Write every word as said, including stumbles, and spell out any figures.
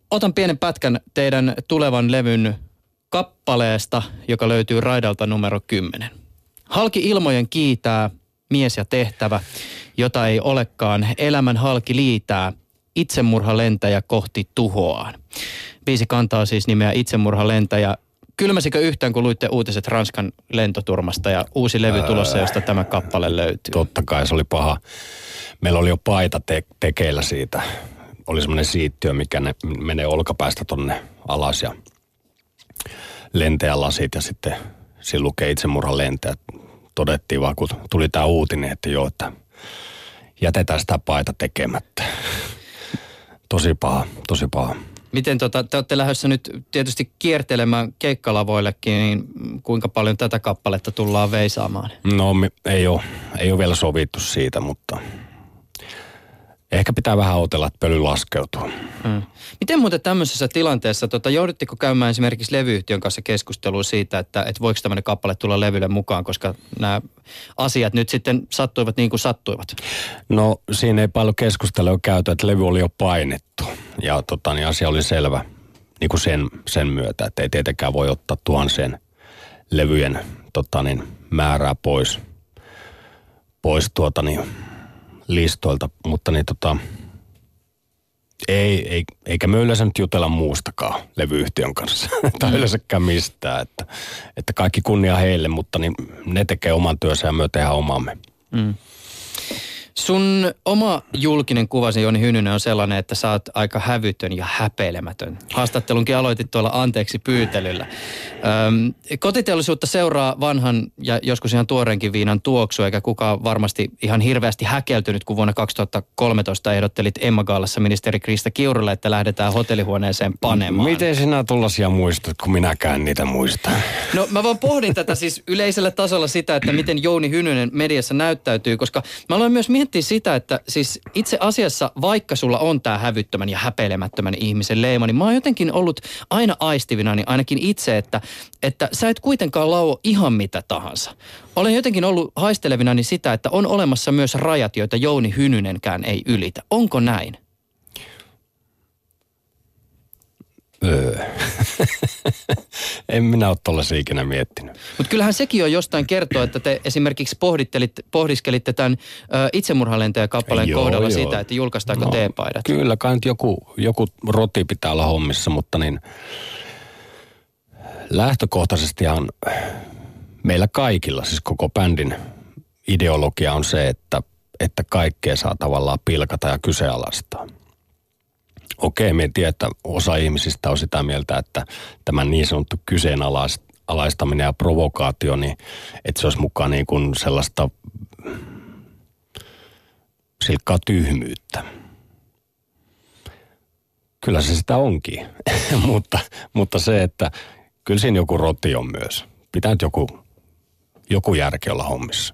otan pienen pätkän teidän tulevan levyn kappaleesta, joka löytyy raidalta numero kymmenen. Halki ilmojen kiitää, mies ja tehtävä, jota ei olekaan. Elämän halki liitää, itsemurha lentäjä kohti tuhoaan. Biisi kantaa siis nimeä Itsemurha lentäjä. Kylmäsikö yhtään, kun luitte uutiset Ranskan lentoturmasta ja uusi levy tulossa, josta tämä kappale löytyy? Totta kai, se oli paha. Meillä oli jo paita te- tekeillä siitä. Oli semmoinen siittiö, mikä ne menee olkapäästä tonne alas ja lentäjälasit ja sitten siinä lukee Itsemurhan lentäjä. Todettiin vaan, kun tuli tämä uutinen, että joo, että jätetään sitä paita tekemättä. Tosi paha, tosi paha. Miten tota, te olette lähdössä nyt tietysti kiertelemään keikkalavoillekin, niin kuinka paljon tätä kappaletta tullaan veisaamaan? No ei ole, ei ole vielä sovittu siitä, mutta ehkä pitää vähän odotella, että pöly laskeutuu. Hmm. Miten muuten tämmöisessä tilanteessa, tota, joudutteko käymään esimerkiksi levyyhtiön kanssa keskustelua siitä, että et voiko tämmöinen kappale tulla levylle mukaan, koska nämä asiat nyt sitten sattuivat niin kuin sattuivat? No siinä ei paljon keskustelua käyty, että levy oli jo painettu ja tota, niin asia oli selvä niin kuin sen, sen myötä, että ei tietenkään voi ottaa tuhansien levyjen tota, niin, määrää pois, pois tuota, niin, listoilta, mutta niin tota, ei, ei, eikä me yleensä nyt jutella muustakaan levyyhtiön kanssa, tai yleensäkään mistään, että, että kaikki kunnia heille, mutta niin ne tekee oman työnsä ja me tehdään omamme. Mm. Sun oma julkinen kuvasi, Jouni Hynynen, on sellainen, että sä oot aika hävytön ja häpeilemätön. Haastattelunkin aloitit tuolla anteeksi pyytelyllä. Öm, kotiteollisuutta seuraa vanhan ja joskus ihan tuoreenkin viinan tuoksu, eikä kukaan varmasti ihan hirveästi häkeltynyt, kun vuonna kaksituhattakolmetoista ehdottelit Emma Gaalassa ministeri Krista Kiurulle, että lähdetään hotellihuoneeseen panemaan. Miten sinä tullaisia muistat, kun minäkään niitä muistan? No mä vaan pohdin tätä siis yleisellä tasolla sitä, että miten Jouni Hynynen mediassa näyttäytyy, koska mä aloin myös miettiä sitä, että siis itse asiassa vaikka sulla on tää hävyttömän ja häpeilemättömän ihmisen leima, niin mä oon jotenkin ollut aina aistivina, niin ainakin itse, että, että sä et kuitenkaan laua ihan mitä tahansa. Olen jotenkin ollut haistelevinani sitä, että on olemassa myös rajat, joita Jouni Hynynenkään ei ylitä. Onko näin? Öö. En minä ole tollaisia ikinä miettinyt. Mutta kyllähän sekin on jostain kertoa, että te esimerkiksi pohdiskelitte tämän ö, itsemurhalentäjä-kappaleen kohdalla joo. Sitä, että julkaistaanko no, teepaidat. Kyllä, kai nyt joku, joku roti pitää olla hommissa, mutta niin lähtökohtaisestihan meillä kaikilla, siis koko bändin ideologia on se, että, että kaikkea saa tavallaan pilkata ja kyseenalaistaa. Okei, me tiedän, että osa ihmisistä on sitä mieltä, että tämä niin sanottu kyseenalaistaminen ja provokaatio, niin että se olisi mukaan niin kuin sellaista silkkaa tyhmyyttä. Kyllä se sitä onkin, mutta, mutta se, että kyllä siinä joku roti on myös. Pitää nyt joku, joku järki olla hommissa.